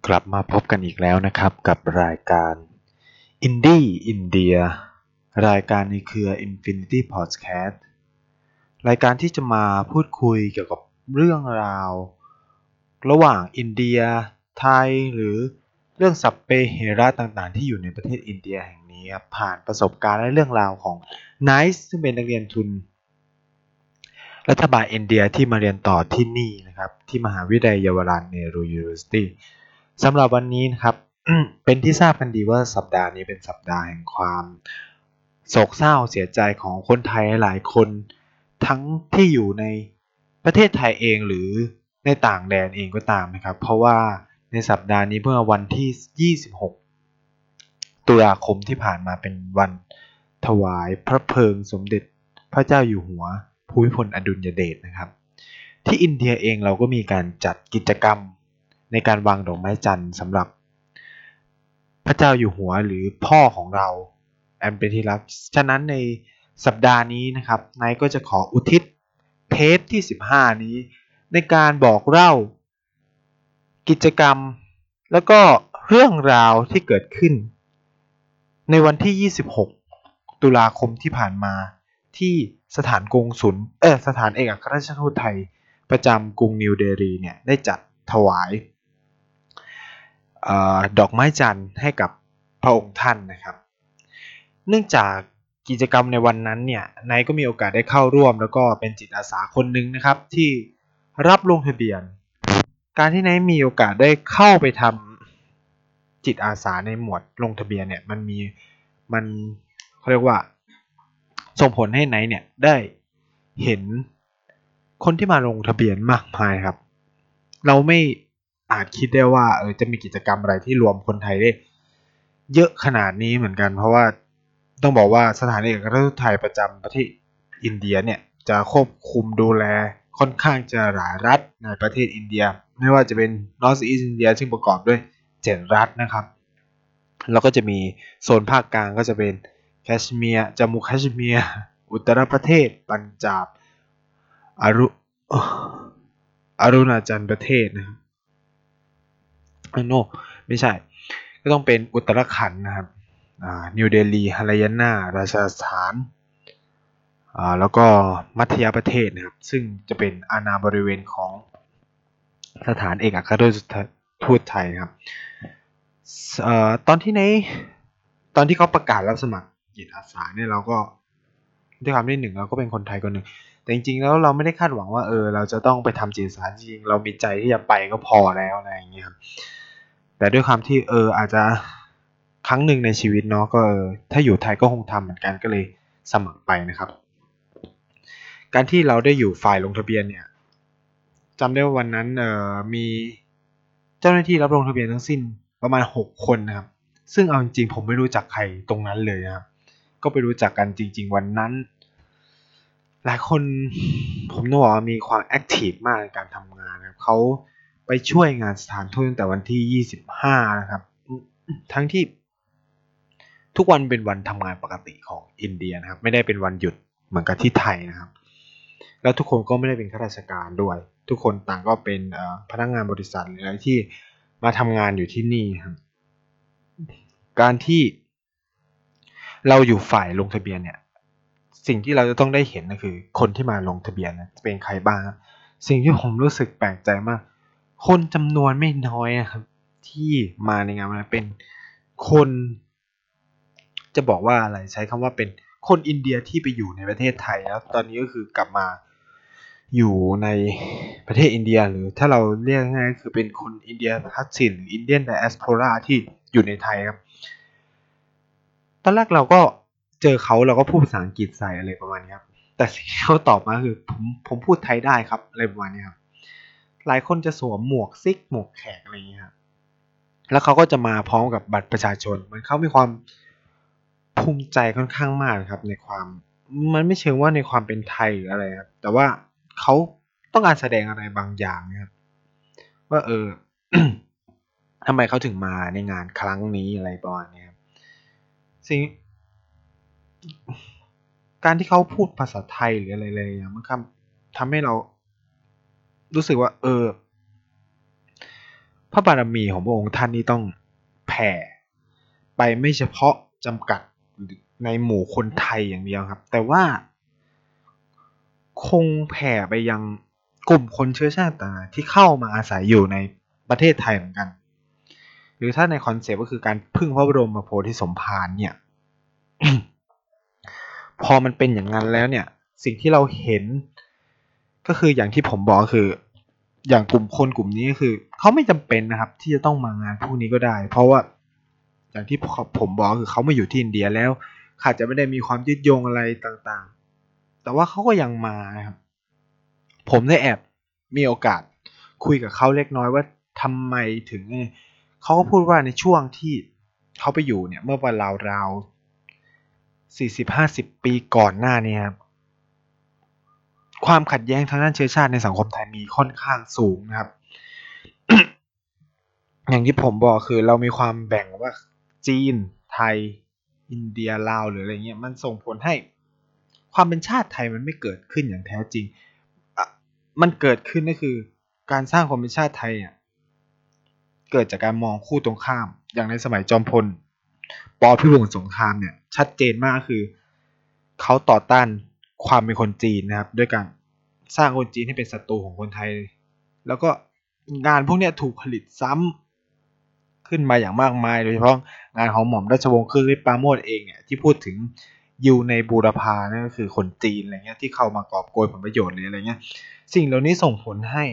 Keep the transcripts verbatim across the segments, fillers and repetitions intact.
กลับมาพบกันอีกแล้วนะครับกับรายการอินดี้อินเดียรายการในเครือ Infinity Podcast รายการที่จะมาพูดคุยเกี่ยวกับเรื่องราวระหว่างอินเดียไทยหรือเรื่องสัพเพเหระต่างๆที่อยู่ในประเทศอินเดียแห่งนี้ครับผ่านประสบการณ์และเรื่องราวของไนซ์ซึ่งเป็นนักเรียนทุนรัฐบาลอินเดียที่มาเรียนต่อที่นี่นะครับที่มหาวิทยาลัยเยาวราชเนรูยูนิเวอร์ซิตี้สำหรับวันนี้นะครับ เป็นที่ทราบกันดีว่าสัปดาห์นี้เป็นสัปดาห์แห่งความโศกเศร้าเสียใจของคนไทยหลายคนทั้งที่อยู่ในประเทศไทยเองหรือในต่างแดนเองก็ตามนะครับเพราะว่าในสัปดาห์นี้เมื่อวันที่ยี่สิบหกตุลาคมที่ผ่านมาเป็นวันถวายพระเพลิงสมเด็จพระเจ้าอยู่หัวภูมิพลอดุลยเดชนะครับที่อินเดียเองเราก็มีการจัดกิจกรรมในการวางดอกไม้จันทร์สำหรับพระเจ้าอยู่หัวหรือพ่อของเราแอนเป็นที่รักฉะนั้นในสัปดาห์นี้นะครับนายก็จะขออุทิศเทปที่สิบห้านี้ในการบอกเล่ากิจกรรมแล้วก็เรื่องราวที่เกิดขึ้นในวันที่ยี่สิบหกตุลาคมที่ผ่านมาที่สถานกงสุลเออสถานเอกอัครราชทูตไทยประจำกรุงนิวเดลีเนี่ยได้จัดถวายดอกไม้จันทร์ให้กับพระองค์ท่านนะครับเนื่องจากกิจกรรมในวันนั้นเนี่ยนายก็มีโอกาสได้เข้าร่วมแล้วก็เป็นจิตอาสาคนหนึ่งนะครับที่รับลงทะเบียนการที่นายมีโอกาสได้เข้าไปทำจิตอาสาในหมวดลงทะเบียนเนี่ยมันมีมันเขาเรียกว่าส่งผลให้นายเนี่ยได้เห็นคนที่มาลงทะเบียนมากมายครับเราไม่อาจคิดได้ว่าเออจะมีกิจกรรมอะไรที่รวมคนไทยได้เยอะขนาดนี้เหมือนกันเพราะว่าต้องบอกว่าสถานเอกอัครราชทูตไทยประจำประเทศอินเดียเนี่ยจะควบคุมดูแลค่อนข้างจะหลายรัฐในประเทศอินเดียไม่ว่าจะเป็น North East India ซึ่งประกอบด้วยเจ็ดรัฐนะครับแล้วก็จะมีโซนภาคกลางก็จะเป็นแคชเมียร์จามูแคชเมียร์อุตตรประเทศปัญจาบอารุอารุณาจัลประเทศนะครับโนไม่ใช่ก็ต้องเป็นอุตรขันธ์นะครับนิวเดลีฮาริยานาราชสถานแล้วก็มัธยประเทศนะครับซึ่งจะเป็นอาณาบริเวณของสถานเอกอัครราชทูตไทยครับตอนที่ในตอนที่เขาประกาศรับสมัครจิตอาสาเนี่ยเราก็ด้วยความที่หนึ่งเราก็เป็นคนไทยคนหนึ่งแต่จริงๆแล้วเราไม่ได้คาดหวังว่าเออเราจะต้องไปทำจิตอาสาจริงเรามีใจที่จะไปก็พอแล้วอะไรอย่างเงี้ยครับแต่ด้วยความที่เอออาจจะครั้งหนึ่งในชีวิตเนาะก็ถ้าอยู่ไทยก็คงทำเหมือนกันก็เลยสมัครไปนะครับการที่เราได้อยู่ฝ่ายลงทะเบียนเนี่ยจำได้ว่าวันนั้นเอ่อมีเจ้าหน้าที่รับลงทะเบียนทั้งสิ้นประมาณหกคนนะครับซึ่งเอาจริงๆผมไม่รู้จักใครตรงนั้นเลยนะครับก็ไปรู้จักกันจริงๆวันนั้นหลายคนผมต้องบอกว่ามีความแอคทีฟมากในการทำงานนะครับเขาไปช่วยงานสถานทูตตั้งแต่วันที่ยี่สิบห้านะครับทั้งที่ทุกวันเป็นวันทำงานปกติของอินเดียนะครับไม่ได้เป็นวันหยุดเหมือนกับที่ไทยนะครับแล้วทุกคนก็ไม่ได้เป็นข้าราชการด้วยทุกคนต่างก็เป็นพนักงานบริษัทหรืออะไรที่มาทำงานอยู่ที่นี่ครับการที่เราอยู่ฝ่ายลงทะเบียนเนี่ยสิ่งที่เราจะต้องได้เห็นก็คือคนที่มาลงทะเบียนจะเป็นใครบ้างสิ่งที่ผมรู้สึกแปลกใจมากคนจำนวนไม่น้อยนะครับที่มาในงานมันเป็นคนจะบอกว่าอะไรใช้คำว่าเป็นคนอินเดียที่ไปอยู่ในประเทศไทยแล้วตอนนี้ก็คือกลับมาอยู่ในประเทศอินเดียหรือถ้าเราเรียกง่ายๆคือเป็นคนอินเดียทัศน์หรืออินเดียนไดแอสโพราที่อยู่ในไทยครับตอนแรกเราก็เจอเขาเราก็พูดภาษาอังกฤษใส่อะไรประมาณนี้ครับแต่สิ่งที่เขาตอบมาคือผมผมพูดไทยได้ครับอะไรประมาณนี้ครับหลายคนจะสวมหมวกซิกหมวกแขกอะไรอย่างนี้ครับแล้วเขาก็จะมาพร้อมกับบัตรประชาชนมันเขามีความภูมิใจค่อนข้างมากครับในความมันไม่เชิงว่าในความเป็นไทยหรืออะไรครับแต่ว่าเขาต้องการแสดงอะไรบางอย่างนะครับว่าเออ ทำไมเขาถึงมาในงานครั้งนี้อะไรประมาณนี้ครับสิ่งการที่เขาพูดภาษาไทยหรืออะไรเลยมันทำให้เรารู้สึกว่าเออพระบารมีของพระองค์ท่านนี่ต้องแผ่ไปไม่เฉพาะจำกัดในหมู่คนไทยอย่างเดียวครับแต่ว่าคงแผ่ไปยังกลุ่มคนเชื้อชาติต่างๆที่เข้ามาอาศัยอยู่ในประเทศไทยเหมือนกันหรือถ้าในคอนเซปต์ก็คือการพึ่งพระบรมโพธิสมภารเนี่ย พอมันเป็นอย่างนั้นแล้วเนี่ยสิ่งที่เราเห็นก็คืออย่างที่ผมบอกคืออย่างกลุ่มคนกลุ่มนี้ก็คือเขาไม่จำเป็นนะครับที่จะต้องมางานพวกนี้ก็ได้เพราะว่าอย่างที่ผมบอกคือเขามาอยู่ที่อินเดียแล้วอาจจะไม่ได้มีความยึดโยงอะไรต่างๆแต่ว่าเขาก็ยังมานะครับผมได้แอบมีโอกาสคุยกับเขาเล็กน้อยว่าทำไมถึงเขาก็พูดว่าในช่วงที่เขาไปอยู่เนี่ยเมื่อวันราวๆสี่สิบห้าสิบปีก่อนหน้านี้ครับความขัดแย้งทางด้านเชื้อชาติในสังคมไทยมีค่อนข้างสูงนะครับ อย่างที่ผมบอกคือเรามีความแบ่งว่าจีนไทยอินเดียลาวหรืออะไรเงี้ยมันส่งผลให้ความเป็นชาติไทยมันไม่เกิดขึ้นอย่างแท้จริงมันเกิดขึ้นก็คือการสร้างความเป็นชาติไทยเนี่ยเกิดจากการมองคู่ตรงข้ามอย่างในสมัยจอมพลป.พิบูลสงครามเนี่ยชัดเจนมากคือเขาต่อต้านความเป็นคนจีนนะครับด้วยการสร้างคนจีนให้เป็นศัตรูของคนไทยแล้วก็งานพวกนี้ถูกผลิตซ้ำขึ้นมาอย่างมากมายโดยเฉพาะงานของหม่อมราชวงศ์คึกฤทธิ์ปราโมชเองเนี่ยที่พูดถึงอยู่ในบูรพานั่นก็คือคนจีนอะไรเงี้ยที่เข้ามากอบโกยผลประโยชน์หรืออะไรเงี้ยสิ่งเหล่านี้ส่งผลให้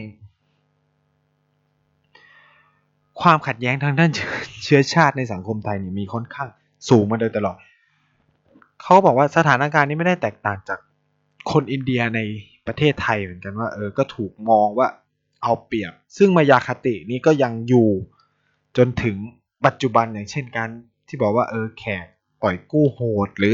ความขัดแย้งทางด้านเชื้อชาติในสังคมไทยเนี่ยมีค่อนข้างสูงมาโดยตลอดเขาบอกว่าสถานการณ์นี้ไม่ได้แตกต่างจากคนอินเดียในประเทศไทยเหมือนกันว่าเออก็ถูกมองว่าเอาเปรียบซึ่งมายาคตินี้ก็ยังอยู่จนถึงปัจจุบันอย่างเช่นการที่บอกว่าเออแขกปล่อยกู้โหดหรือ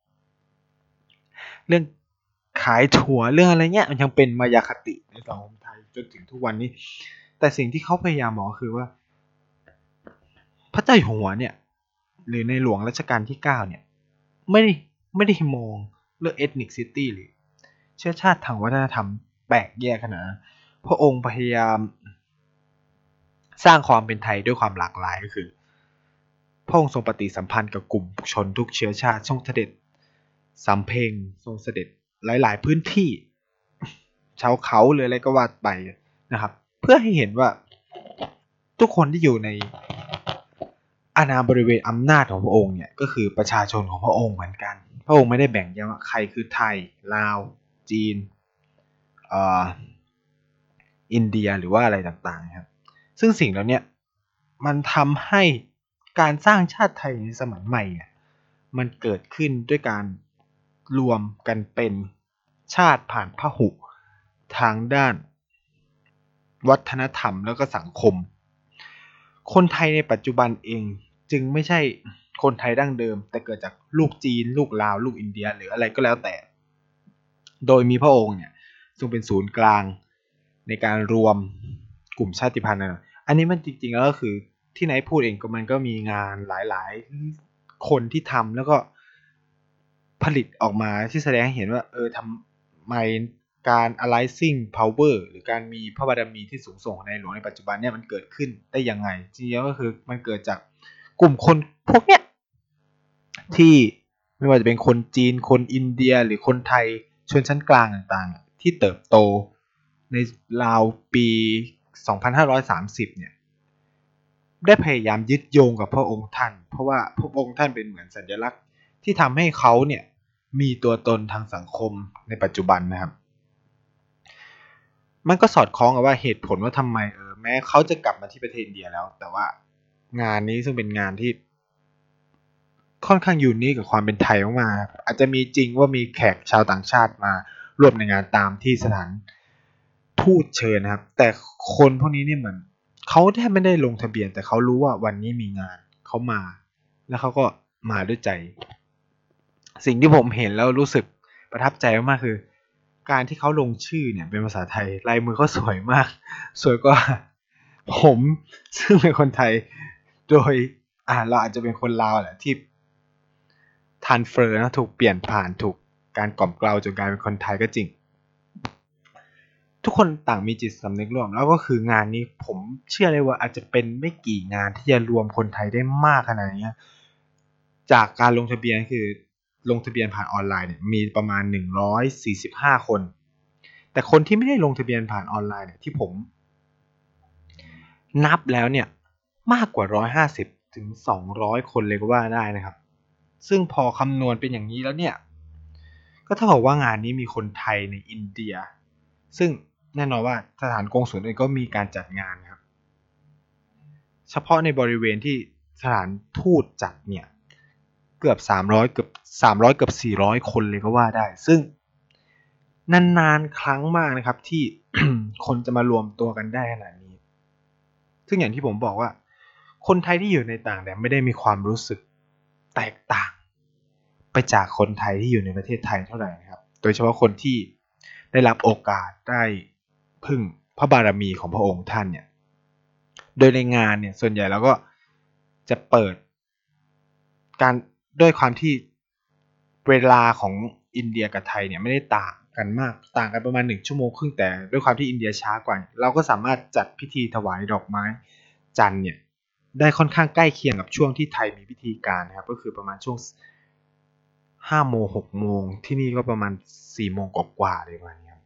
เรื่องขายถั่วเรื่องอะไรเงี้ยมันยังเป็นมายาคติในสังคมไทยจนถึงทุกวันนี้แต่สิ่งที่เขาพยายามบอกคือว่าพระเจ้าอยู่หัวเนี่ยหรือในหลวงรัชกาลที่เก้าเนี่ยไม่ได้ไม่ได้มองเรื่อง ethnicity หรือเชื้อชาติทางวัฒนธรรมแปลกแยกขนาดนั้นพระองค์พยายามสร้างความเป็นไทยด้วยความหลากหลายก็คือพระองค์ทรงปฏิสัมพันธ์กับกลุ่มชนทุกเชื้อชาติทรงเสด็จสำเพ็งทรงเสด็จหลายๆพื้นที่ชาวเขาหรืออะไรก็ว่าไปนะครับเพื่อให้เห็นว่าทุกคนที่อยู่ในอาณาบริเวณอำนาจของพระองค์เนี่ยก็คือประชาชนของพระองค์เหมือนกันพระองค์ไม่ได้แบ่งแยกว่าใครคือไทยลาวจีนเอ่ออินเดียหรือว่าอะไรต่างๆครับซึ่งสิ่งเหล่านี้มันทำให้การสร้างชาติไทยในสมัยใหม่เนี่ยมันเกิดขึ้นด้วยการรวมกันเป็นชาติผ่านพหุทางด้านวัฒนธรรมแล้วก็สังคมคนไทยในปัจจุบันเองจึงไม่ใช่คนไทยดั้งเดิมแต่เกิดจากลูกจีนลูกลาวลูกอินเดียหรืออะไรก็แล้วแต่โดยมีพระองค์เนี่ยทรงเป็นศูนย์กลางในการรวมกลุ่มชาติพันธุ์นะอันนี้มันจริงๆแล้วก็คือที่ไหนพูดเองก็มันก็มีงานหลายๆคนที่ทำแล้วก็ผลิตออกมาที่แสดงให้เห็นว่าเออทำไมการ arising power หรือการมีพระบารมีที่สูงส่งในหลวงในปัจจุบันเนี่ยมันเกิดขึ้นได้ยังไงจริงๆก็คือมันเกิดจากกลุ่มคนพวกเนี้ยที่ไม่ว่าจะเป็นคนจีนคนอินเดียหรือคนไทยชนชั้นกลางต่างๆที่เติบโตในราวปีสองพันห้าร้อยสามสิบเนี่ยได้พยายามยึดโยงกับพระองค์ท่านเพราะว่าพระองค์ท่านเป็นเหมือนสัญลักษณ์ที่ทำให้เขาเนี่ยมีตัวตนทางสังคมในปัจจุบันนะครับมันก็สอดคล้องกับว่าเหตุผลว่าทำไมเออแม้เขาจะกลับมาที่ประเทศอินเดียแล้วแต่ว่างานนี้ซึ่งเป็นงานที่ค่อนข้างยูนิคกับความเป็นไทยมากๆอาจจะมีจริงว่ามีแขกชาวต่างชาติมาร่วมในงานตามที่สถานทูตเชิญนะครับแต่คนพวกนี้เนี่ยเหมือนเขาแทบไม่ได้ลงทะเบียนแต่เขารู้ว่าวันนี้มีงานเขามาแล้วเขาก็มาด้วยใจสิ่งที่ผมเห็นแล้วรู้สึกประทับใจมากๆคือการที่เขาลงชื่อเนี่ยเป็นภาษาไทยลายมือเขาสวยมากสวยกว่าผมซึ่งเป็นคนไทยโดยอ่าเราอาจจะเป็นคนลาวแหละที่ทันเฟอร์นะถูกเปลี่ยนผ่านถูกการกล่อมเกลาจนกลายเป็นคนไทยก็จริงทุกกคนต่างมีจิตสำนึกร่วมแล้วก็คืองานนี้ผมเชื่อเลยว่าอาจจะเป็นไม่กี่งานที่จะรวมคนไทยได้มากขนาดนี้จากการลงทะเบียนคือลงทะเบียนผ่านออนไลน์เนี่ยมีประมาณหนึ่งร้อยสี่สิบห้าคนแต่คนที่ไม่ได้ลงทะเบียนผ่านออนไลน์เนี่ยที่ผมนับแล้วเนี่ยมากกว่าหนึ่งร้อยห้าสิบถึงสองร้อยคนเลยก็ว่าได้นะครับซึ่งพอคำนวณเป็นอย่างนี้แล้วเนี่ยก็เท่ากับว่างานนี้มีคนไทยในอินเดียซึ่งแน่นอนว่าสถานกงสุลเองก็มีการจัดงานครับเฉพาะในบริเวณที่สถานทูตจัดเนี่ยเกือบสามร้อยเกือบสามร้อยเกือบสี่ร้อยคนเลยก็ว่าได้ซึ่งนานๆครั้งมากนะครับที่ คนจะมารวมตัวกันได้ขนาดนี้ซึ่งอย่างที่ผมบอกว่าคนไทยที่อยู่ในต่างแดนไม่ได้มีความรู้สึกแตกต่างไปจากคนไทยที่อยู่ในประเทศไทยเท่าไหร่นะครับโดยเฉพาะคนที่ได้รับโอกาสได้พึ่งพระบารมีของพระองค์ท่านเนี่ยโดยในงานเนี่ยส่วนใหญ่เราก็จะเปิดการด้วยความที่เวลาของอินเดียกับไทยเนี่ยไม่ได้ต่างกันมากต่างกันประมาณหนึ่งชั่วโมงครึ่งแต่ด้วยความที่อินเดียช้ากว่าเราก็สามารถจัดพิธีถวายดอกไม้จันทร์เนี่ยได้ค่อนข้างใกล้เคียงกับช่วงที่ไทยมีพิธีการนะครับก็คือประมาณช่วงห้าโมงหกโมงที่นี่ก็ประมาณสี่โมงกว่าๆเลยประมาณนี้ครับ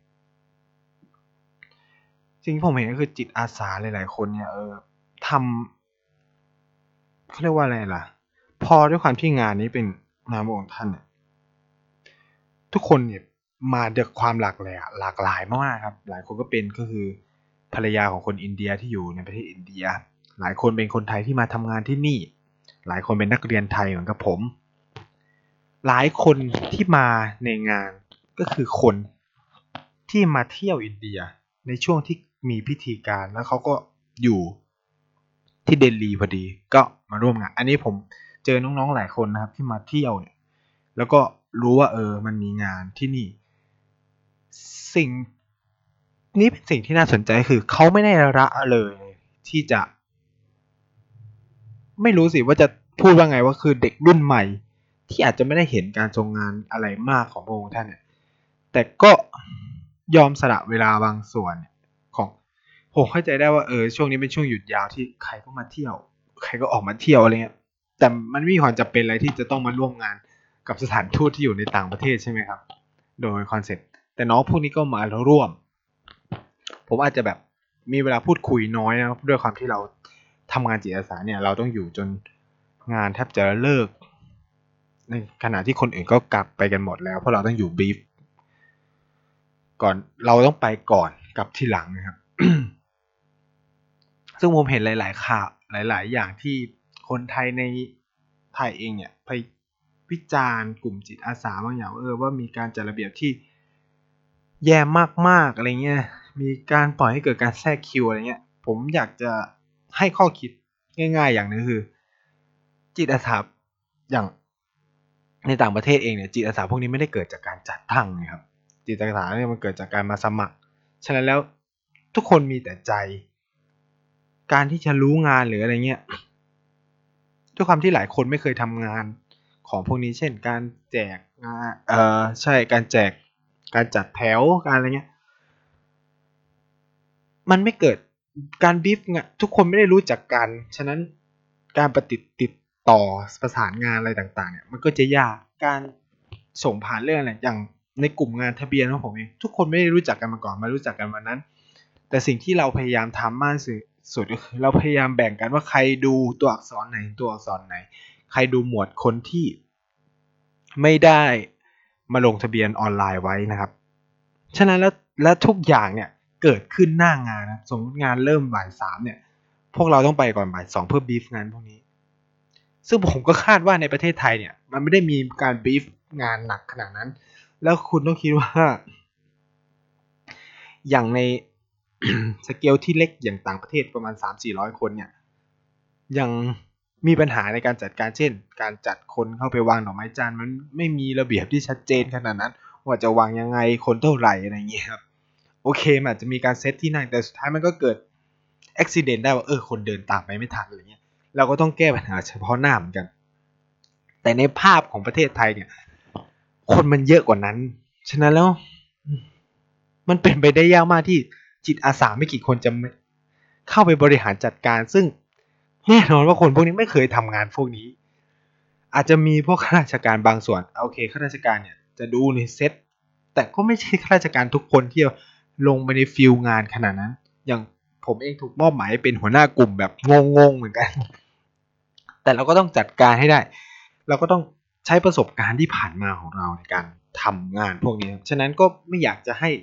สิ่งที่ผมเห็นก็คือจิตอาสาหลายๆคนเนี่ยเออทำเขาเรียกว่าอะไรล่ะพอด้วยความที่งานนี้เป็นงานพระองค์ท่านเนี่ยทุกคนเนี่ยมาด้วยความหลากหลายหลากหลายมากครับหลายคนก็เป็นก็คือภรรยาของคนอินเดียที่อยู่ในประเทศอินเดียหลายคนเป็นคนไทยที่มาทำงานที่นี่หลายคนเป็นนักเรียนไทยเหมือนกับผมหลายคนที่มาในงานก็คือคนที่มาเที่ยวอินเดียในช่วงที่มีพิธีการแล้วเขาก็อยู่ที่เดลีพอดีก็มาร่วมงานอันนี้ผมเจอน้องๆหลายคนนะครับที่มาเที่ยวเนี่ยแล้วก็รู้ว่าเออมันมีงานที่นี่สิ่งนี้เป็นสิ่งที่น่าสนใจคือเขาไม่ได้ละเลยที่จะไม่รู้สิว่าจะพูดว่าไงว่าคือเด็กรุ่นใหม่ที่อาจจะไม่ได้เห็นการทรงงานอะไรมากของพระองค์ท่านเนี่ยแต่ก็ยอมสละเวลาบางส่วนของผมเข้าใจได้ว่าเออช่วงนี้เป็นช่วงหยุดยาวที่ใครก็มาเที่ยวใครก็ออกมาเที่ยวอะไรเงี้ยแต่มันไม่มีความจำเป็นอะไรที่จะต้องมาร่วมงานกับสถานทูตที่อยู่ในต่างประเทศใช่ไหมครับโดยคอนเซ็ปต์แต่น้องพวกนี้ก็มาแล้วร่วมผมอาจจะแบบมีเวลาพูดคุยน้อยนะด้วยความที่เราทำงานจิตอาสาเนี่ยเราต้องอยู่จนงานแทบจะเลิกในขณะที่คนอื่นก็กลับไปกันหมดแล้วเพราะเราต้องอยู่บีฟก่อนเราต้องไปก่อนกลับที่หลังนะครับ ซึ่งผมเห็นหลายๆข่าวหลายๆอย่างที่คนไทยในไทยเองเนี่ยไปวิจารณ์กลุ่มจิตอาสาบางอย่างเออว่ามีการจัดระเบียบที่แย่มากๆอะไรเงี้ยมีการปล่อยให้เกิดการแทรกคิวอะไรเงี้ยผมอยากจะให้ข้อคิดง่ายๆอย่างนึงคือจิตอาสาอย่างในต่างประเทศเองเนี่ยจิตอาสาพวกนี้ไม่ได้เกิดจากการจัดตั้งนะครับจิตอาสาเนี่ยมันเกิดจากการมาสมัครฉะนั้นแล้วทุกคนมีแต่ใจการที่จะรู้งานหรืออะไรเงี้ยด้วยความที่หลายคนไม่เคยทำงานของพวกนี้เช่นการแจกงานเอ่อใช่การแจกการจัดแถวการอะไรเงี้ยมันไม่เกิดการบีฟเนี่ยทุกคนไม่ได้รู้จักกันฉะนั้นการปฏิติดต่อประสานงานอะไรต่างๆเนี่ยมันก็จะยากการส่งผ่านเรื่องอะไรอย่างในกลุ่มงานทะเบียนของผมเองทุกคนไม่ได้รู้จักกันมาก่อนมารู้จักกันวันนั้นแต่สิ่งที่เราพยายามทำมากสุดก็คือเราพยายามแบ่งกันว่าใครดูตัวอักษรไหนตัวอักษรไหนใครดูหมวดคนที่ไม่ได้มาลงทะเบียนออนไลน์ไว้นะครับฉะนั้นแล้วและทุกอย่างเนี่ยเกิดขึ้นหน้างานนะสมมติงานเริ่มบ่ายสามเนี่ยพวกเราต้องไปก่อนบ่ายสองเพื่อบีฟงานพวกนี้ซึ่งผมก็คาดว่าในประเทศไทยเนี่ยมันไม่ได้มีการบีฟงานหนักขนาดนั้นแล้วคุณต้องคิดว่าอย่างใน สเกลที่เล็กอย่างต่างประเทศประมาณ สามถึงสี่ร้อย คนเนี่ยยังมีปัญหาในการจัดการเช่นการจัดคนเข้าไปวางดอกไม้จันทร์มันไม่มีระเบียบที่ชัดเจนขนาดนั้นว่าจะวางยังไงคนเท่าไหร่อะไรอย่างเงี้ยครับโอเคมันอาจจะมีการเซตที่นั่งแต่สุดท้ายมันก็เกิดอุบัติเหตุได้ว่าเออคนเดินตามไปไม่ทันอะไรเงี้ยเราก็ต้องแก้ปัญหาเฉพาะหน้าเหมือนกันแต่ในภาพของประเทศไทยเนี่ยคนมันเยอะกว่านั้นฉะนั้นแล้วมันเป็นไปได้ยากมากที่จิตอาสาไม่กี่คนจะเข้าไปบริหารจัดการซึ่งแน่นอนว่าคนพวกนี้ไม่เคยทำงานพวกนี้อาจจะมีพวกข้าราชการบางส่วนโอเคข้าราชการเนี่ยจะดูในเซตแต่ก็ไม่ใช่ข้าราชการทุกคนที่ลงไปในฟิลงานขนาดนั้นอย่างผมเองถูกมอบหมายเป็นหัวหน้ากลุ่มแบบงงๆเหมือนกันแต่เราก็ต้องจัดการให้ได้เราก็ต้องใช้ประสบการณ์ที่ผ่านมาของเราในการทำงานพวกนี้ฉะนั้นก็ไม่อยากจะให้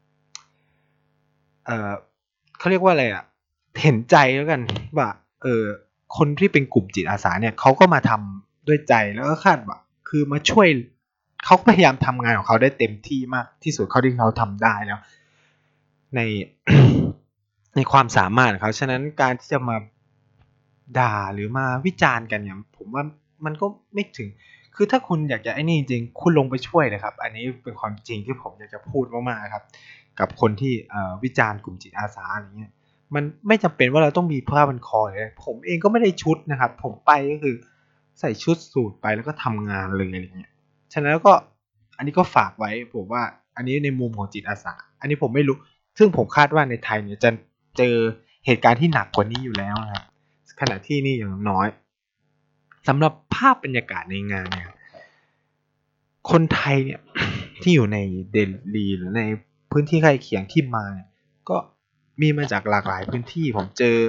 เออเขาเรียกว่าอะไรอ่ะเห็นใจแล้วกันว่าเออคนที่เป็นกลุ่มจิตอาสาเนี่ยเขาก็มาทำด้วยใจแล้วก็คาดว่าคือมาช่วยเขาพยายามทำงานของเขาได้เต็มที่มากที่สุดเขาที่เขาทำได้แล้วใน ในความสามารถของเขาฉะนั้นการที่จะมาด่าหรือมาวิจารณ์กันเนี่ยผมว่ามันก็ไม่ถึงคือถ้าคุณอยากจะไอ้นี่จริงๆคุณลงไปช่วยเลยครับอันนี้เป็นความจริงที่ผมอยากจะพูดมากๆครับกับคนที่วิจารณ์กลุ่มจิตอาสาอะไรเงี้ยมันไม่จำเป็นว่าเราต้องมีผ้าพันคอเลยผมเองก็ไม่ได้ชุดนะครับผมไปก็คือใส่ชุดสูทไปแล้วก็ทำงานเลยอะไรเงี้ยฉะนั้นก็อันนี้ก็ฝากไว้ผมว่าอันนี้ในมุมของจิตอาสาอันนี้ผมไม่รู้ซึ่งผมคาดว่าในไทยเนี่ยจะเจอเหตุการณ์ที่หนักกว่านี้อยู่แล้วนะครับขณะที่นี่อย่างน้อยสำหรับภาพบรรยากาศในงานเนี่ยคนไทยเนี่ย ที่อยู่ในเดลีหรือในพื้นที่ใกล้เคียงที่มาเนี่ยก็มีมาจากหลากหลายพื้นที่ผมเจอ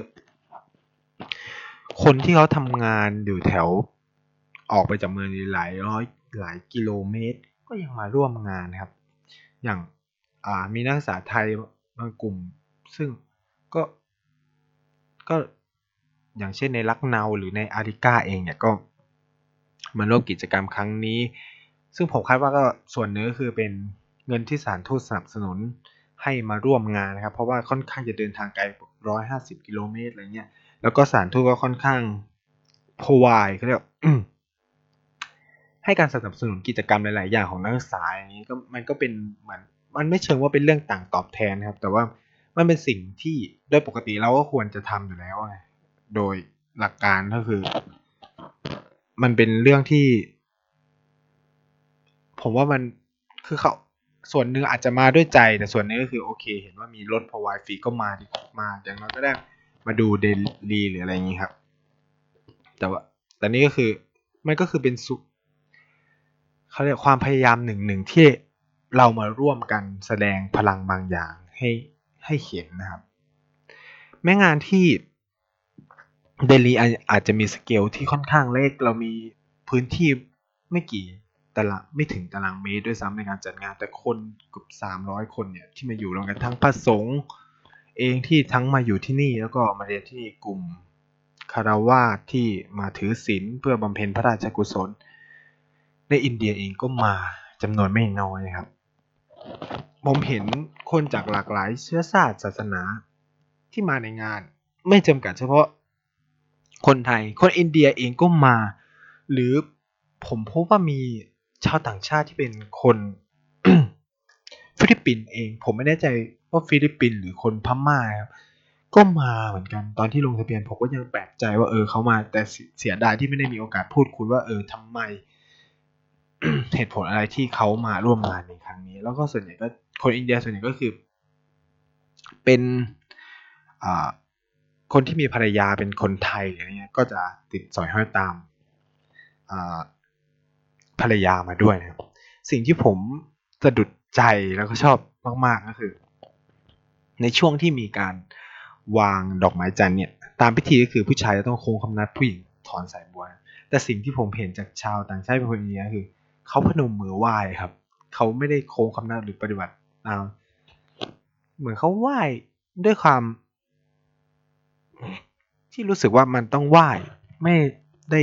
คนที่เขาทำงานอยู่แถวออกไปจากเมืองหลายร้อยหลายกิโลเมตรก็ยังมาร่วมงานนะครับอย่างมีนักศึกษาไทยบางกลุ่มซึ่งก็ก็อย่างเช่นในลักเนาหรือในอาริกาเองเนี่ยก็มาร่วมกิจกรรมครั้งนี้ซึ่งผมคาดว่าก็ส่วนเนื้อคือเป็นเงินที่สถานทูตสนับสนุนให้มาร่วมงานนะครับเพราะว่าค่อนข้างจะเดินทางไกลหนึ่งร้อยห้าสิบกิโลเมตรอะไรเงี้ยแล้วก็สถานทูตก็ค่อนข้างพวายเขาเรียกให้การสนับสนุนกิจกรรมหลายๆอย่างของนักศึกษาอย่างนี้ก็มันก็เป็นเหมือนมันไม่เชิงว่าเป็นเรื่องต่างตอบแทนนะครับแต่ว่ามันเป็นสิ่งที่โดยปกติเราก็ควรจะทำอยู่แล้วโดยหลักการก็คือมันเป็นเรื่องที่ผมว่ามันคือเขาส่วนหนึ่งอาจจะมาด้วยใจแต่ส่วนนึงก็คือโอเคเห็นว่ามีรถพอวายฟรีก็มาดีมาอย่างน้อยก็ได้มาดูเดลีหรืออะไรอย่างนี้ครับแต่ว่าแต่นี่ก็คือมันก็คือเป็นสุเขาเรียกความพยายามหนึ่งหนึ่งที่เรามาร่วมกันแสดงพลังบางอย่างให้ให้เห็นนะครับแม้งานที่เดลีอาจจะมีสเกลที่ค่อนข้างเล็กเรามีพื้นที่ไม่กี่ตารางไม่ถึงตารางเมตรด้วยซ้ำในการจัดงานแต่คนเกือบสามร้อยคนเนี่ยที่มาอยู่รวมกันทั้งพระสงฆ์เองที่ทั้งมาอยู่ที่นี่แล้วก็มาเรียนที่กลุ่มคารวาสที่มาถือศีลเพื่อบำเพ็ญพระราชกุศลในอินเดียเองก็มาจำนวนไม่น้อยครับผมเห็นคนจากหลากหลายเชื้อชาติศาสนาที่มาในงานไม่จำกัดเฉพาะคนไทยคนอินเดียเองก็มาหรือผมพบว่ามีชาวต่างชาติที่เป็นคน ฟิลิปปินส์เองผมไม่แน่ใจว่าฟิลิปปินส์หรือคนพม่าครับก็มาเหมือนกันตอนที่ลงทะเบียนผมก็ยังแปลกใจว่าเออเขามาแต่เสียดายที่ไม่ได้มีโอกาสพูดคุยว่าเออทำไม เหตุผลอะไรที่เขามาร่วมงานในครั้งนี้แล้วก็ส่วนใหญ่ก็คนอินเดียส่วนใหญ่ก็คือเป็นคนที่มีภรรยาเป็นคนไทยอะไรเงี้ยก็จะติดสอยห้อยตามภรรยามาด้วยนะครับสิ่งที่ผมสะดุดใจแล้วก็ชอบมากๆก็คือในช่วงที่มีการวางดอกไม้จันทร์เนี่ยตามพิธีก็คือผู้ชายจะต้องโค้งคำนับผู้หญิงถอนสายบัวแต่สิ่งที่ผมเห็นจากชาวต่างชาติเป็นคนอินเดียคือเขาพนมมือไหว้ครับเขาไม่ได้โค้งคำนับหรือปฏิบัติตามเหมือนเขาไหว้ด้วยความที่รู้สึกว่ามันต้องไหว้ไม่ได้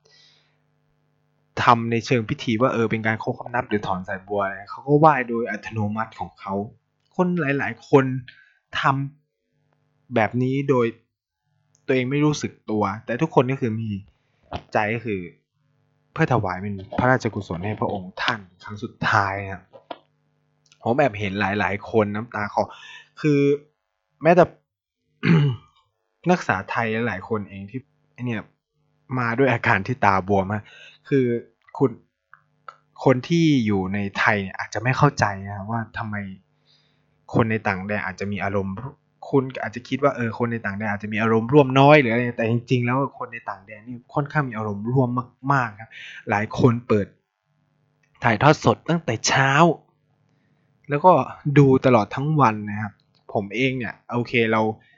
ทำในเชิงพิธีว่าเออเป็นการโค้งคำนับหรือถอนสายบัวอะไรเขาก็ไหว้โดยอัตโนมัติของเขาคนหลายๆคนทำแบบนี้โดยตัวเองไม่รู้สึกตัวแต่ทุกคนก็คือมีใจก็คือเพื่อถวายเป็นพระราชกุศลให้พระองค์ท่านครั้งสุดท้ายครับผมแบบเห็นหลายๆคนน้ำตาคลอคือแม้แต่ นักศึกษาไทยหลายคนเองที่เนี่ยมาด้วยอาการที่ตาบวมฮะคือคุณคนที่อยู่ในไทยอาจจะไม่เข้าใจนะว่าทำไมคนในต่างแดนอาจจะมีอารมณ์คุณอาจจะคิดว่าเออคนในต่างแดนอาจจะมีอารมณ์ร่วมน้อยหรืออะไรแต่จริงๆแล้วคนในต่างแดนนี่ค่อนข้างมีอารมณ์ร่วมมากๆครับหลายคนเปิดถ่ายทอดสดตั้งแต่เช้าแล้วก็ดูตลอดทั้งวันนะครับผมเองเนี่ยโอเคเรา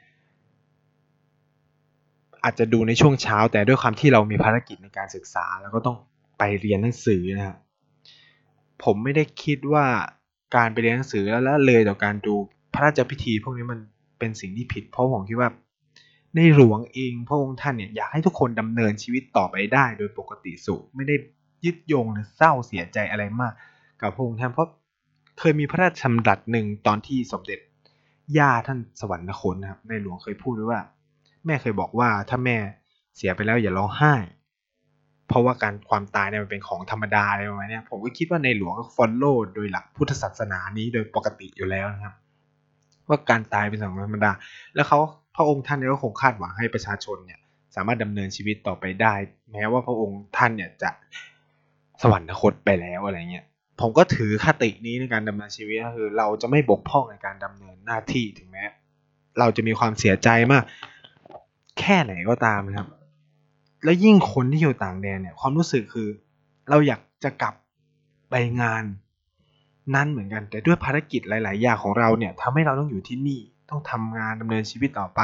อาจจะดูในช่วงเช้าแต่ด้วยความที่เรามีภารกิจในการศึกษาแล้วก็ต้องไปเรียนหนังสือนะครับผมไม่ได้คิดว่าการไปเรียนหนังสือแล้วละเลยต่อการดูพระราชพิธีพวกนี้มันเป็นสิ่งที่ผิดเพราะผมคิดว่าในหลวงเองพระองค์ท่านเนี่ยอยากให้ทุกคนดำเนินชีวิตต่อไปได้โดยปกติสุขไม่ได้ยึดโยงหรือเศร้าเสียใจอะไรมากกับพระองค์ท่านเพราะเคยมีพระราชดำรัสหนึ่งตอนที่สมเด็จย่าท่านสวรรคตนะครับในหลวงเคยพูดไว้ว่าแม่เคยบอกว่าถ้าแม่เสียไปแล้วอย่าร้องไห้เพราะว่าการความตายเนี่ยมันเป็นของธรรมดาอะไรประมาณนี้ผมก็คิดว่าในหลวงก็ follow โดยหลักพุทธศาสนานี้โดยปกติอยู่แล้วนะครับว่าการตายเป็นสิ่งธรรมดาแล้วเขาพระองค์ท่านก็คงคาดหวังให้ประชาชนเนี่ยสามารถดำเนินชีวิตต่อไปได้แม้ว่าพระองค์ท่านเนี่ยจะสวรรคตไปแล้วอะไรเงี้ยผมก็ถือคตินี้ในการดำเนินชีวิตก็คือเราจะไม่บกพร่องในการดำเนินหน้าที่ถึงแม้เราจะมีความเสียใจมากแค่ไหนก็ตามนะครับแล้วยิ่งคนที่อยู่ต่างแดนเนี่ยความรู้สึกคือเราอยากจะกลับไปงานนั้นเหมือนกันแต่ด้วยภารกิจหลายๆอย่างของเราเนี่ยทำให้เราต้องอยู่ที่นี่ต้องทำงานดำเนินชีวิตต่อไป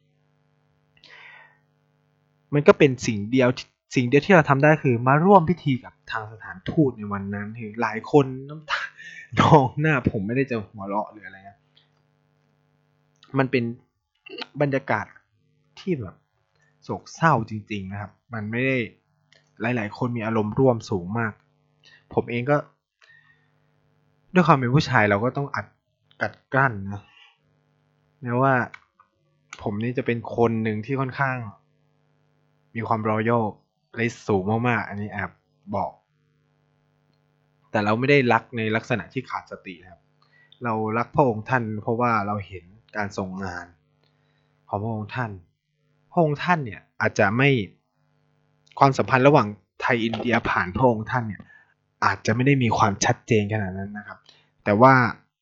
มันก็เป็นสิ่งเดียวสิ่งเดียวที่เราทำได้คือมาร่วมพิธีกับทางสถานทูตในวันนั้นคือหลายคนน้ำตานองหน้าผมไม่ได้จะหัวเราะหรืออะไรนะมันเป็นบรรยากาศที่แบบโศกเศร้าจริงๆนะครับมันไม่ได้หลายๆคนมีอารมณ์ร่วมสูงมากผมเองก็ด้วยความเป็นผู้ชายเราก็ต้องอัดกัดกลั้นนะแม้ว่าผมนี่จะเป็นคนหนึ่งที่ค่อนข้างมีความรอยัลเลยสูงมากๆอันนี้แอบบอกแต่เราไม่ได้รักในลักษณะที่ขาดสติครับเรารักพระองค์ท่านเพราะว่าเราเห็นการทรงงานของพระองค์ท่านพระองค์ท่านเนี่ยอาจจะไม่ความสัมพันธ์ระหว่างไทยอินเดียผ่านพระองค์ท่านเนี่ยอาจจะไม่ได้มีความชัดเจนขนาดนั้นนะครับแต่ว่า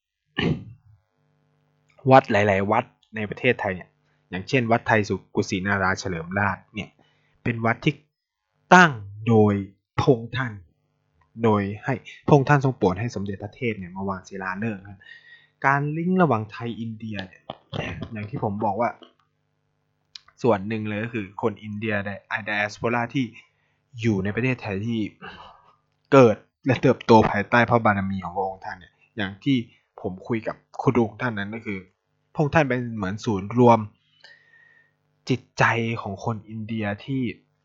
วัดหลายๆวัดในประเทศไทยเนี่ยอย่างเช่นวัดไทยสุกุศินาราเฉลิมราชเนี่ยเป็นวัดที่ตั้งโดยพระองค์ท่านโดยให้พระองค์ท่านทรงโปรดให้สมเด็จพระเทพเนี่ยมาวางศิลาฤกษ์นะการลิงก์ระหว่างไทยอินเดียเนี่ยอย่างที่ผมบอกว่าส่วนหนึ่งเลยก็คือคนอินเดียไดแอสโพราที่อยู่ในประเทศไทยที่เกิดและเติบโตภายใต้พระบารมีของพระองค์ท่านเนี่ยอย่างที่ผมคุยกับคุณลุงท่านนั้นก็คือพระองค์ท่านเป็นเหมือนศูนย์รวมจิตใจของคนอินเดียที่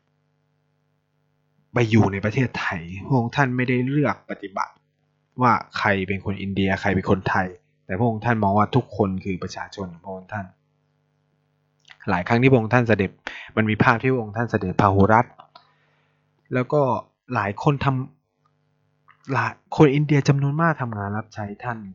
ไปอยู่ในประเทศไทยพระองค์ท่านไม่ได้เลือกปฏิบัติว่าใครเป็นคนอินเดียใครเป็นคนไทยแต่พระองค์ท่านมองว่าทุกคนคือประชาชนของพระองค์ท่านหลายครั้งที่พระองค์ท่านเสด็จมันมีภาพที่พระองค์ท่านเสด็จพาหุรัตน์แล้วก็หลายคนทำหลายคนอินเดียจำนวนมากทำงานรับใช้ท่าน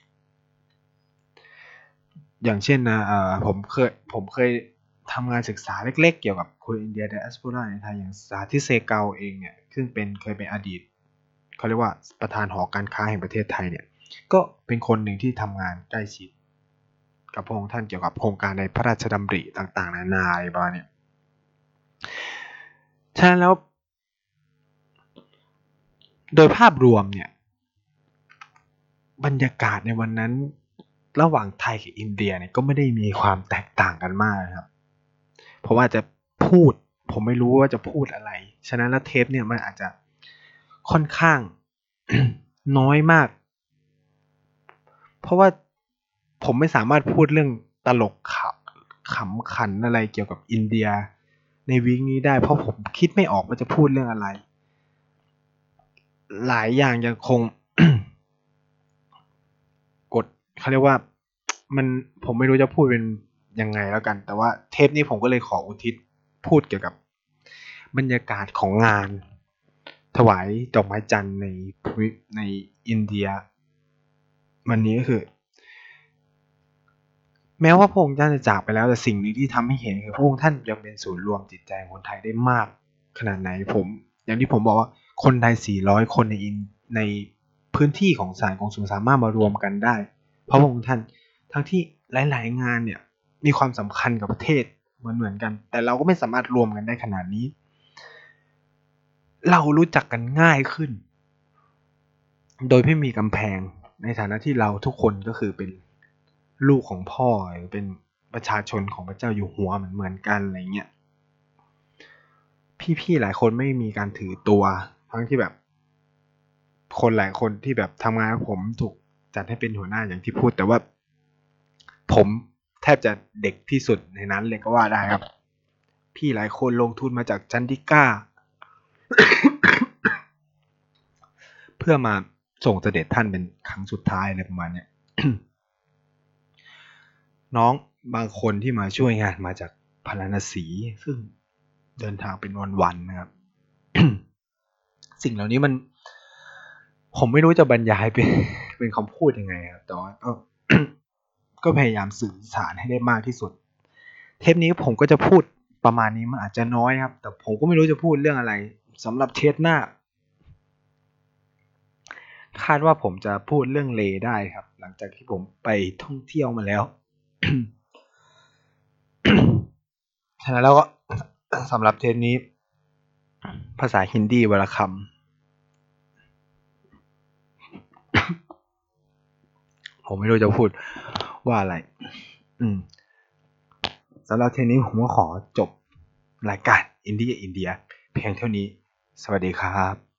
อย่างเช่นนะเอ่อผมเคยผมเคยทำงานศึกษาเล็กๆเกี่ยวกับคนอินเดียไดแอสโพราในไทยอย่างสาธิตเซเกาเองเนี่ยซึ่งเป็นเคยเป็นอดีตเขาเรียกว่าประธานหอการค้าแห่งประเทศไทยเนี่ยก็เป็นคนหนึ่งที่ทำงานใกล้ชิดกับพระองค์ท่านเกี่ยวกับโครงการในพระราชดำริต่างๆนานาอะไรประมาณนี้ฉะนั้นแล้วโดยภาพรวมเนี่ยบรรยากาศในวันนั้นระหว่างไทยกับอินเดียเนี่ยก็ไม่ได้มีความแตกต่างกันมากนะครับเพราะว่าจะพูดผมไม่รู้ว่าจะพูดอะไรฉะนั้นแล้วเทปเนี่ยมันอาจจะค่อนข้าง น้อยมากเพราะว่าผมไม่สามารถพูดเรื่องตลกขำขำขันอะไรเกี่ยวกับอินเดียในวีคนี้ได้เพราะผมคิดไม่ออกว่าจะพูดเรื่องอะไรหลายอย่างยังคง กดเขาเรียกว่ามันผมไม่รู้จะพูดเป็นยังไงแล้วกันแต่ว่าเทปนี้ผมก็เลยขออุทิศพูดเกี่ยวกับบรรยากาศของงานถวายดอกไม้จันทร์ในในอินเดียวันนี้ก็คือแม้ว่าพระองค์ท่านจะจากไปแล้วแต่สิ่งหนึ่งที่ทำให้เห็นคือพระองค์ท่านยังเป็นศูนย์รวมจิตใจของคนไทยได้มากขนาดไหนผมอย่างที่ผมบอกว่าคนไทยสี่ร้อยคนในในพื้นที่ของศาลกงสุลสามารถมารวมกันได้เพราะพระองค์ท่านทั้งที่หลายๆงานเนี่ยมีความสำคัญกับประเทศเหมือนๆกัน แต่เราก็ไม่สามารถรวมกันได้ขนาดนี้ เรารู้จักกันง่ายขึ้น โดยไม่มีกำแพงในฐานะที่เราทุกคนก็คือเป็นลูกของพ่อหรือเป็นประชาชนของพระเจ้าอยู่หัวเหมือนๆกันอะไรเงี้ยพี่ๆหลายคนไม่มีการถือตัวทั้งที่แบบคนหลายคนที่แบบทำงานกับผมถูกจัดให้เป็นหัวหน้าอย่างที่พูดแต่ว่าผมแทบจะเด็กที่สุดในนั้นเลยก็ว่าได้ครับพี่หลายคนลงทุนมาจากจันทิก้า เพื่อมาส่งเสด็จท่านเป็นครั้งสุดท้ายอะไรประมาณเนี้ย น้องบางคนที่มาช่วยงานมาจากพาราณสีซึ่งเดินทางเป็นวันๆนะครับ สิ่งเหล่านี้มันผมไม่รู้จะบรรยายเป็นเป็นคำพูดยังไงครับแต่ว่าก็ ก็พยายามสื่อสารให้ได้มากที่สุดเทปนี้ผมก็จะพูดประมาณนี้มันอาจจะน้อยครับแต่ผมก็ไม่รู้จะพูดเรื่องอะไรสำหรับเทปหน้าคาดว่าผมจะพูดเรื่องเลได้ครับหลังจากที่ผมไปท่องเที่ยวมาแล้ว ฉะนั้นแล้วก็ สำหรับเทปนี้ภาษาฮินดีวรรณคำ ผมไม่รู้จะพูดว่าอะไร อืมสำหรับเทปนี้ผมก็ขอจบรายการอินเดียอินเดียเพียงเท่านี้ สวัสดีครับ